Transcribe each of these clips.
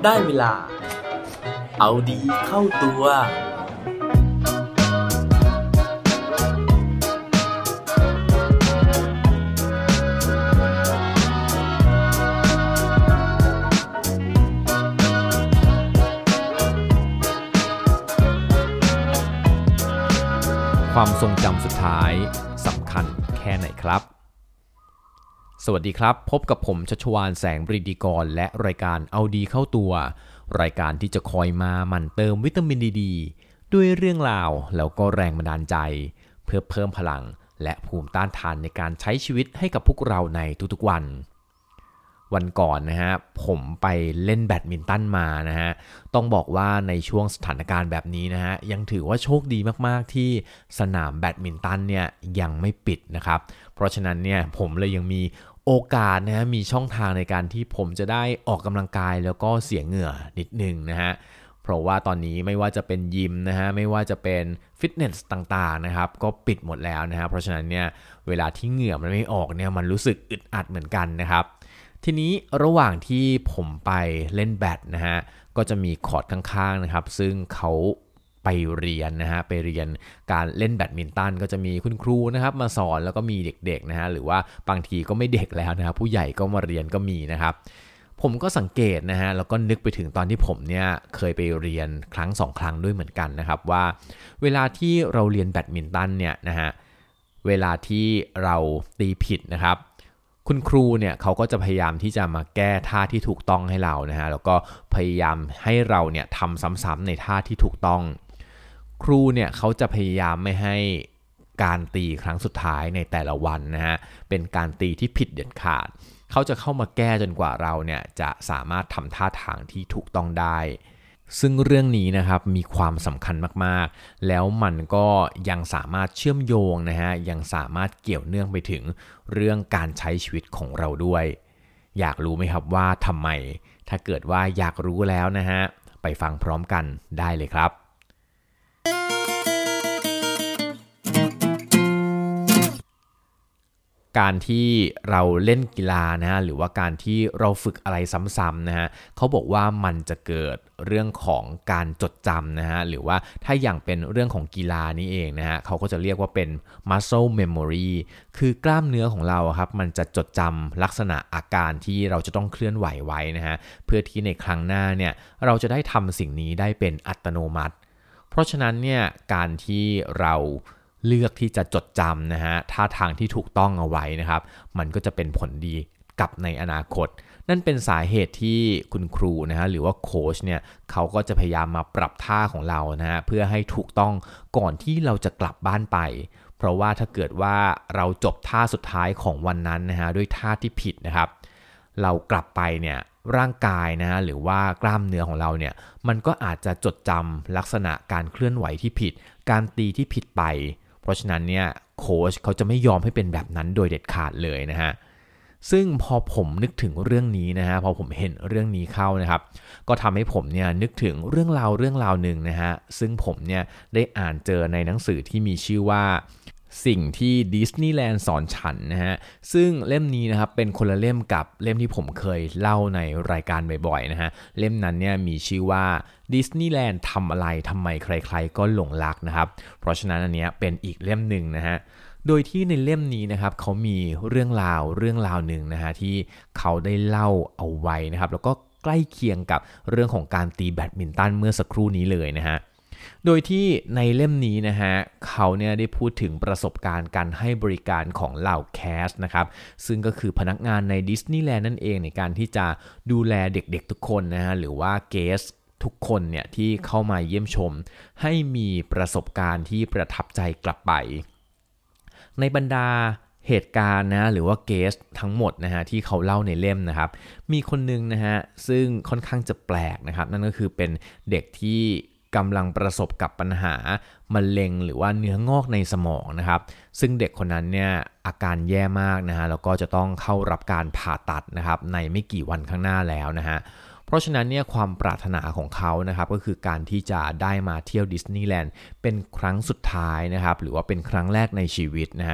ได้เวลาเอาดีเข้าตัวความทรงจำสุดท้ายสำคัญแค่ไหนครับสวัสดีครับพบกับผมชัชวาลแสงปรีดีกรและรายการเอาดีเข้าตัวรายการที่จะคอยมาหมั่นเติมวิตามินดีด้วยเรื่องราวแล้วก็แรงบันดาลใจเพื่อเพิ่มพลังและภูมิต้านทานในการใช้ชีวิตให้กับพวกเราในทุกๆวันก่อนนะฮะผมไปเล่นแบดมินตันมานะฮะต้องบอกว่าในช่วงสถานการณ์แบบนี้นะฮะยังถือว่าโชคดีมากๆที่สนามแบดมินตันเนี่ยยังไม่ปิดนะครับเพราะฉะนั้นเนี่ยผมเลยยังมีโอกาสนะฮะมีช่องทางในการที่ผมจะได้ออกกำลังกายแล้วก็เสียเหงื่อนิดนึงนะฮะเพราะว่าตอนนี้ไม่ว่าจะเป็นยิมนะฮะไม่ว่าจะเป็นฟิตเนสต่างๆนะครับก็ปิดหมดแล้วนะฮะเพราะฉะนั้นเนี่ยเวลาที่เหงื่อมันไม่ออกเนี่ยมันรู้สึกอึดอัดเหมือนกันนะครับทีนี้ระหว่างที่ผมไปเล่นแบดนะฮะก็จะมีคอร์ตข้างๆนะครับซึ่งเขาไปเรียนนะฮะไปเรียนการเล่นแบดมินตันก็จะมีคุณครูนะครับมาสอนแล้วก็มีเด็กๆนะฮะหรือว่าบางทีก็ไม่เด็กแล้วนะครับผู้ใหญ่ก็มาเรียนก็มีนะครับผมก็สังเกตนะฮะแล้วก็นึกไปถึงตอนที่ผมเนี่ยเคยไปเรียนครั้ง2ครั้งด้วยเหมือนกันนะครับว่าเวลาที่เราเรียนแบดมินตันเนี่ยนะฮะเวลาที่เราตีผิดนะครับคุณครูเนี่ยเขาก็จะพยายามที่จะมาแก้ท่าที่ถูกต้องให้เรานะฮะแล้วก็พยายามให้เราเนี่ยทำซ้ำๆในท่าที่ถูกต้องครูเนี่ยเขาจะพยายามไม่ให้การตีครั้งสุดท้ายในแต่ละวันนะฮะเป็นการตีที่ผิดเด็ดขาดเขาจะเข้ามาแก้จนกว่าเราเนี่ยจะสามารถทำท่าทางที่ถูกต้องได้ซึ่งเรื่องนี้นะครับมีความสำคัญมากๆแล้วมันก็ยังสามารถเชื่อมโยงนะฮะยังสามารถเกี่ยวเนื่องไปถึงเรื่องการใช้ชีวิตของเราด้วยอยากรู้ไหมครับว่าทำไมถ้าเกิดว่าอยากรู้แล้วนะฮะไปฟังพร้อมกันได้เลยครับการที่เราเล่นกีฬานะฮะหรือว่าการที่เราฝึกอะไรซ้ำๆนะฮะเขาบอกว่ามันจะเกิดเรื่องของการจดจำนะฮะหรือว่าถ้าอย่างเป็นเรื่องของกีฬานี่เองนะฮะเขาก็จะเรียกว่าเป็น muscle memory คือกล้ามเนื้อของเราครับมันจะจดจำลักษณะอาการที่เราจะต้องเคลื่อนไหวไว้นะฮะเพื่อที่ในครั้งหน้าเนี่ยเราจะได้ทำสิ่งนี้ได้เป็นอัตโนมัติเพราะฉะนั้นเนี่ยการที่เราเลือกที่จะจดจำนะฮะท่าทางที่ถูกต้องเอาไว้นะครับมันก็จะเป็นผลดีกับในอนาคตนั่นเป็นสาเหตุที่คุณครูนะฮะหรือว่าโค้ชเนี่ยเขาก็จะพยายามมาปรับท่าของเรานะฮะเพื่อให้ถูกต้องก่อนที่เราจะกลับบ้านไปเพราะว่าถ้าเกิดว่าเราจบท่าสุดท้ายของวันนั้นนะฮะด้วยท่าที่ผิดนะครับเรากลับไปเนี่ยร่างกายนะฮะหรือว่ากล้ามเนื้อของเราเนี่ยมันก็อาจจะจดจำลักษณะการเคลื่อนไหวที่ผิดการตีที่ผิดไปเพราะฉะนั้นเนี่ยโค้ชเขาจะไม่ยอมให้เป็นแบบนั้นโดยเด็ดขาดเลยนะฮะซึ่งพอผมนึกถึงเรื่องนี้นะฮะพอผมเห็นเรื่องนี้เข้านะครับก็ทำให้ผมเนี่ยนึกถึงเรื่องราวหนึ่งนะฮะซึ่งผมเนี่ยได้อ่านเจอในหนังสือที่มีชื่อว่าสิ่งที่ดิสนีย์แลนด์สอนฉันนะฮะซึ่งเล่มนี้นะครับเป็นคนละเล่มกับเล่มที่ผมเคยเล่าในรายการบ่อยๆนะฮะเล่มนั้นเนี่ยมีชื่อว่าดิสนีย์แลนด์ทำอะไรทำไมใครๆก็หลงรักนะครับเพราะฉะนั้นอันเนี้ยเป็นอีกเล่มหนึ่งนะฮะโดยที่ในเล่มนี้นะครับเขามีเรื่องราวหนึ่งนะฮะที่เขาได้เล่าเอาไว้นะครับแล้วก็ใกล้เคียงกับเรื่องของการตีแบดมินตันเมื่อสักครู่นี้เลยนะฮะโดยที่ในเล่มนี้นะฮะเขาเนี่ยได้พูดถึงประสบการณ์การให้บริการของเหล่าแคสนะครับซึ่งก็คือพนักงานในดิสนีย์แลนด์นั่นเองในการที่จะดูแลเด็กๆทุกคนนะฮะหรือว่าเกสทุกคนเนี่ยที่เข้ามาเยี่ยมชมให้มีประสบการณ์ที่ประทับใจกลับไปในบรรดาเหตุการณ์นะหรือว่าเกสทั้งหมดนะฮะที่เขาเล่าในเล่มนะครับมีคนนึงนะฮะซึ่งค่อนข้างจะแปลกนะครับนั่นก็คือเป็นเด็กที่กำลังประสบกับปัญหามะเร็งหรือว่าเนื้องอกในสมองนะครับซึ่งเด็กคนนั้นเนี่ยอาการแย่มากนะฮะแล้วก็จะต้องเข้ารับการผ่าตัดนะครับในไม่กี่วันข้างหน้าแล้วนะฮะเพราะฉะนั้นเนี่ยความปรารถนาของเขานะครับก็คือการที่จะได้มาเที่ยวดิสนีย์แลนด์เป็นครั้งสุดท้ายนะครับหรือว่าเป็นครั้งแรกในชีวิตนะฮะ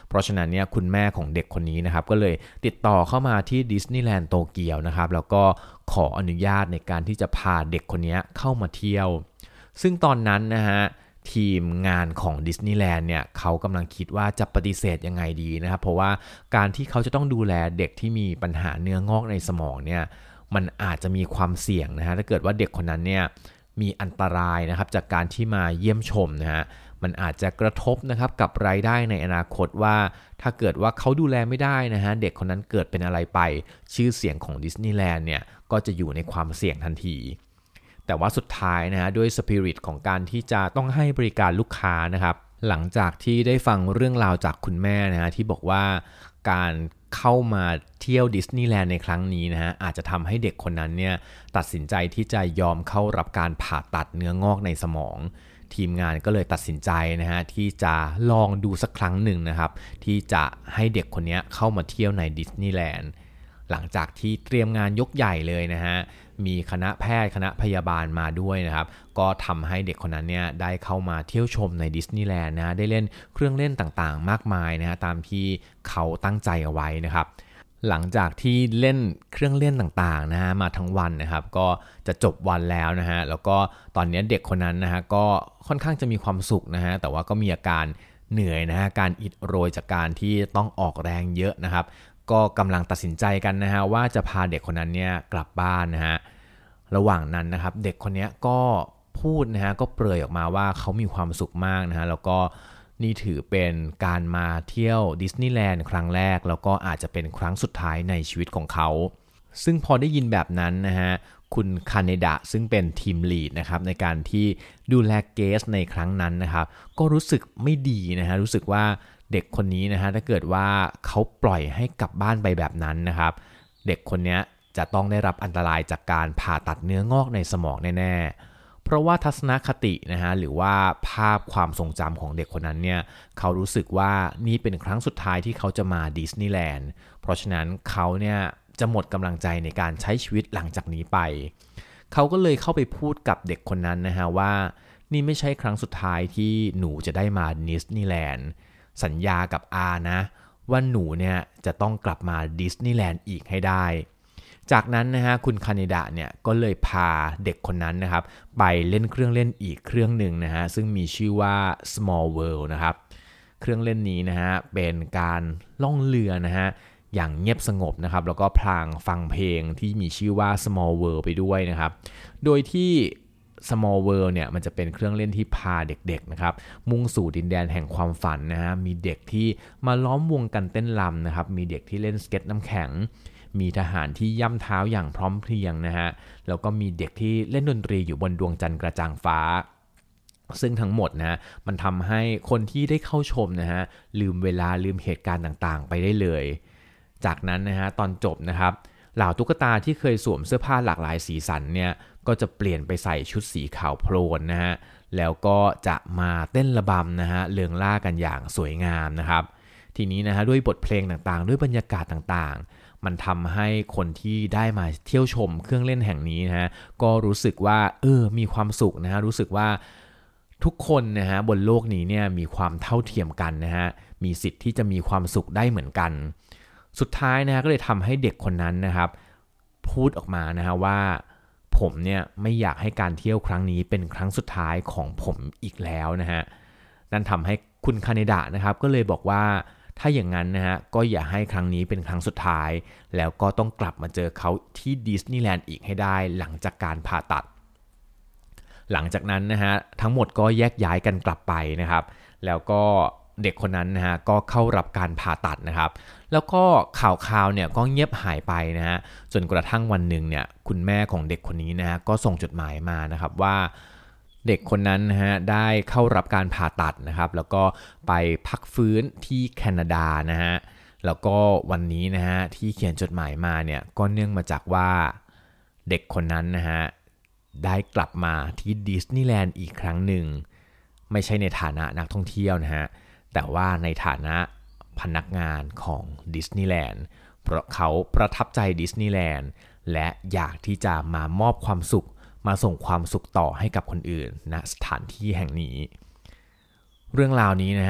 เพราะฉะนั้นเนี่ยคุณแม่ของเด็กคนนี้นะครับก็เลยติดต่อเข้ามาที่ดิสนีย์แลนด์โตเกียวนะครับแล้วก็ขออนุญาตในการที่จะพาเด็กคนนี้เข้ามาเที่ยวซึ่งตอนนั้นนะฮะทีมงานของดิสนีย์แลนด์เนี่ยเขากำลังคิดว่าจะปฏิเสธยังไงดีนะครับเพราะว่าการที่เขาจะต้องดูแลเด็กที่มีปัญหาเนื้องอกในสมองเนี่ยมันอาจจะมีความเสี่ยงนะฮะถ้าเกิดว่าเด็กคนนั้นเนี่ยมีอันตรายนะครับจากการที่มาเยี่ยมชมนะฮะมันอาจจะกระทบนะครับกับรายได้ในอนาคตว่าถ้าเกิดว่าเขาดูแลไม่ได้นะฮะเด็กคนนั้นเกิดเป็นอะไรไปชื่อเสียงของดิสนีย์แลนด์เนี่ยก็จะอยู่ในความเสี่ยงทันทีแต่ว่าสุดท้ายนะฮะด้วยสปิริตของการที่จะต้องให้บริการลูกค้านะครับหลังจากที่ได้ฟังเรื่องราวจากคุณแม่นะฮะที่บอกว่าการเข้ามาเที่ยวดิสนีย์แลนด์ในครั้งนี้นะฮะอาจจะทำให้เด็กคนนั้นเนี่ยตัดสินใจที่จะยอมเข้ารับการผ่าตัดเนื้องอกในสมองทีมงานก็เลยตัดสินใจนะฮะที่จะลองดูสักครั้งหนึ่งนะครับที่จะให้เด็กคนนี้เข้ามาเที่ยวในดิสนีย์แลนด์หลังจากที่เตรียมงานยกใหญ่เลยนะฮะมีคณะแพทย์คณะพยาบาลมาด้วยนะครับก็ทำให้เด็กคนนั้นเนี่ยได้เข้ามาเที่ยวชมในดิสนีย์แลนด์นะได้เล่นเครื่องเล่นต่างๆมากมายนะฮะตามที่เขาตั้งใจเอาไว้นะครับหลังจากที่เล่นเครื่องเล่นต่างๆนะฮะมาทั้งวันนะครับก็จะจบวันแล้วนะฮะแล้วก็ตอนนี้เด็กคนนั้นนะฮะก็ค่อนข้างจะมีความสุขนะฮะแต่ว่าก็มีอาการเหนื่อยนะฮะการอิดโรยจากการที่ต้องออกแรงเยอะนะครับก็กำลังตัดสินใจกันนะฮะว่าจะพาเด็กคนนั้นเนี่ยกลับบ้านนะฮะระหว่างนั้นนะครับเด็กคนนี้ก็พูดนะฮะก็เปรยออกมาว่าเขามีความสุขมากนะฮะแล้วก็นี่ถือเป็นการมาเที่ยวดิสนีย์แลนด์ครั้งแรกแล้วก็อาจจะเป็นครั้งสุดท้ายในชีวิตของเขาซึ่งพอได้ยินแบบนั้นนะฮะคุณคาเนดะซึ่งเป็นทีมลีดนะครับในการที่ดูแลเกสในครั้งนั้นนะครับก็รู้สึกไม่ดีนะฮะรู้สึกว่าเด็กคนนี้นะฮะถ้าเกิดว่าเขาปล่อยให้กลับบ้านไปแบบนั้นนะครับเด็กคนนี้จะต้องได้รับอันตรายจากการผ่าตัดเนื้องอกในสมองแน่ๆเพราะว่าทัศนคตินะฮะหรือว่าภาพความทรงจำของเด็กคนนั้นเนี่ยเขารู้สึกว่านี่เป็นครั้งสุดท้ายที่เขาจะมาดิสนีย์แลนด์เพราะฉะนั้นเขาเนี่ยจะหมดกำลังใจในการใช้ชีวิตหลังจากนี้ไปเขาก็เลยเข้าไปพูดกับเด็กคนนั้นนะฮะว่านี่ไม่ใช่ครั้งสุดท้ายที่หนูจะได้มาดิสนีย์แลนด์สัญญากับอานะว่าหนูเนี่ยจะต้องกลับมาดิสนีย์แลนด์อีกให้ได้จากนั้นนะฮะคุณคานิดะเนี่ยก็เลยพาเด็กคนนั้นนะครับไปเล่นเครื่องเล่นอีกเครื่องหนึ่งนะฮะซึ่งมีชื่อว่า Small World นะครับเครื่องเล่นนี้นะฮะเป็นการล่องเรือนะฮะอย่างเงียบสงบนะครับแล้วก็พลางฟังเพลงที่มีชื่อว่า Small World ไปด้วยนะครับโดยที่ Small World เนี่ยมันจะเป็นเครื่องเล่นที่พาเด็กๆนะครับมุ่งสู่ดินแดนแห่งความฝันนะฮะมีเด็กที่มาล้อมวงกันเต้นรำนะครับมีเด็กที่เล่นสเก็ตน้ำแข็งมีทหารที่ย่ำเท้าอย่างพร้อมเพรียงนะฮะแล้วก็มีเด็กที่เล่นดนตรีอยู่บนดวงจันทร์กระจ่างฟ้าซึ่งทั้งหมดนะมันทำให้คนที่ได้เข้าชมนะฮะลืมเวลาลืมเหตุการณ์ต่างๆไปได้เลยจากนั้นนะฮะตอนจบนะครับเหล่าตุ๊กตาที่เคยสวมเสื้อผ้าหลากหลายสีสันเนี่ยก็จะเปลี่ยนไปใส่ชุดสีขาวโพลนนะฮะแล้วก็จะมาเต้นระบำนะฮะเลืองล่ากันอย่างสวยงามนะครับทีนี้นะฮะด้วยบทเพลงต่างๆด้วยบรรยากาศต่างๆมันทำให้คนที่ได้มาเที่ยวชมเครื่องเล่นแห่งนี้นะฮะก็รู้สึกว่ามีความสุขนะฮะรู้สึกว่าทุกคนนะฮะบนโลกนี้เนี่ยมีความเท่าเทียมกันนะฮะมีสิทธิ์ที่จะมีความสุขได้เหมือนกันสุดท้ายนะฮะก็เลยทำให้เด็กคนนั้นนะครับพูดออกมานะฮะว่าผมเนี่ยไม่อยากให้การเที่ยวครั้งนี้เป็นครั้งสุดท้ายของผมอีกแล้วนะฮะนั่นทำให้คุณคาเนดะนะครับก็เลยบอกว่าถ้าอย่างนั้นนะฮะก็อย่าให้ครั้งนี้เป็นครั้งสุดท้ายแล้วก็ต้องกลับมาเจอเขาที่ดิสนีย์แลนด์อีกให้ได้หลังจากการผ่าตัดหลังจากนั้นนะฮะทั้งหมดก็แยกย้ายกันกลับไปนะครับแล้วก็เด็กคนนั้นนะฮะก็เข้ารับการผ่าตัดนะครับแล้วก็ข่าวเนี่ยก็เงียบหายไปนะฮะจนกระทั่งวันหนึ่งเนี่ยคุณแม่ของเด็กคนนี้นะฮะก็ส่งจดหมายมานะครับว่าเด็กคนนั้นนะฮะได้เข้ารับการผ่าตัดนะครับแล้วก็ไปพักฟื้นที่แคนาดานะฮะแล้วก็วันนี้นะฮะที่เขียนจดหมายมาเนี่ยก็เนื่องมาจากว่าเด็กคนนั้นนะฮะได้กลับมาที่ดิสนีย์แลนด์อีกครั้งหนึ่งไม่ใช่ในฐานะนักท่องเที่ยวนะฮะแต่ว่าในฐานะพนักงานของดิสนีย์แลนด์เพราะเขาประทับใจดิสนีย์แลนด์และอยากที่จะมามอบความสุขมาส่งความสุขต่อให้กับคนอื่นณสถานที่แห่งนี้เรื่องราวนี้นะฮะ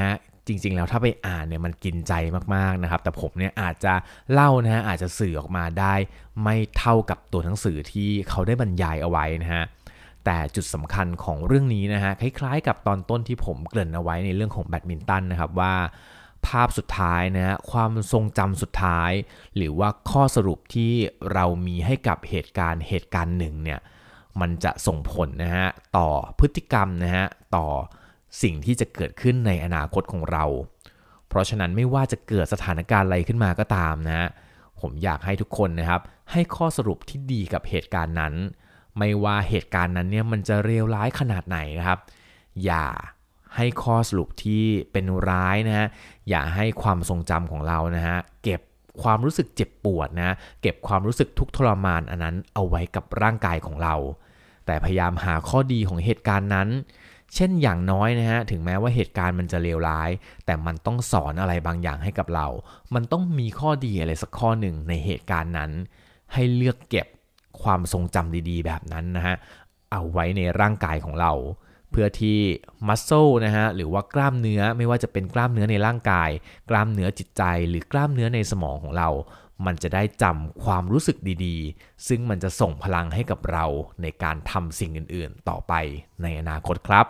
จริงๆแล้วถ้าไปอ่านเนี่ยมันกินใจมากๆนะครับแต่ผมเนี่ยอาจจะเล่านะฮะอาจจะสื่อออกมาได้ไม่เท่ากับตัวหนังสือที่เขาได้บรรยายเอาไว้นะฮะแต่จุดสำคัญของเรื่องนี้นะฮะคล้ายๆกับตอนต้นที่ผมเกริ่นเอาไว้ในเรื่องของแบดมินตันนะครับว่าภาพสุดท้ายนะฮะความทรงจำสุดท้ายหรือว่าข้อสรุปที่เรามีให้กับเหตุการณ์หนึ่งเนี่ยมันจะส่งผลนะฮะต่อพฤติกรรมนะฮะต่อสิ่งที่จะเกิดขึ้นในอนาคตของเราเพราะฉะนั้นไม่ว่าจะเกิดสถานการณ์อะไรขึ้นมาก็ตามนะฮะผมอยากให้ทุกคนนะครับให้ข้อสรุปที่ดีกับเหตุการณ์นั้นไม่ว่าเหตุการณ์นั้นเนี่ยมันจะเลวร้ายขนาดไหนนะครับอย่าให้ข้อสรุปที่เป็นร้ายนะฮะอย่าให้ความทรงจำของเรานะฮะเก็บความรู้สึกเจ็บปวดนะเก็บความรู้สึกทุกข์ทรมานอันนั้นเอาไว้กับร่างกายของเราแต่พยายามหาข้อดีของเหตุการณ์นั้นเช่นอย่างน้อยนะฮะถึงแม้ว่าเหตุการณ์มันจะเลวร้ายแต่มันต้องสอนอะไรบางอย่างให้กับเรามันต้องมีข้อดีอะไรสักข้อหนึ่งในเหตุการณ์นั้นให้เลือกเก็บความทรงจำดีๆแบบนั้นนะฮะเอาไว้ในร่างกายของเราเพื่อที่มัสเซิลนะฮะหรือว่ากล้ามเนื้อไม่ว่าจะเป็นกล้ามเนื้อในร่างกายกล้ามเนื้อจิตใจหรือกล้ามเนื้อในสมองของเรามันจะได้จำความรู้สึกดีๆซึ่งมันจะส่งพลังให้กับเราในการทำสิ่งอื่นๆต่อไปในอนาคตครับ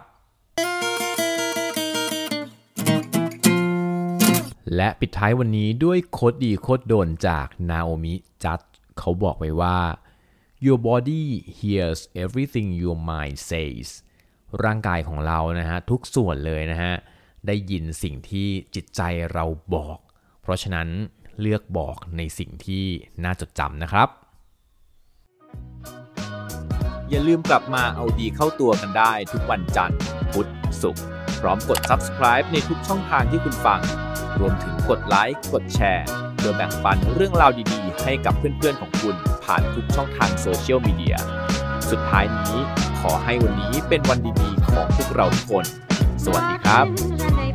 และปิดท้ายวันนี้ด้วยโค้ดดีโค้ดโดนจากนาโอมิจัดเขาบอกไว้ว่า Your body hears everything your mind says ร่างกายของเรานะฮะทุกส่วนเลยนะฮะได้ยินสิ่งที่จิตใจเราบอกเพราะฉะนั้นเลือกบอกในสิ่งที่น่าจดจำนะครับอย่าลืมกลับมาเอาดีเข้าตัวกันได้ทุกวันจันทร์พุธศุกร์พร้อมกด Subscribe ในทุกช่องทางที่คุณฟังรวมถึงกดไลค์กดแชร์โดยแบ่งปันเรื่องราวดีๆให้กับเพื่อนๆของคุณผ่านทุกช่องทางโซเชียลมีเดียสุดท้ายนี้ขอให้วันนี้เป็นวันดีๆของพวกเราทุกคนสวัสดีครับ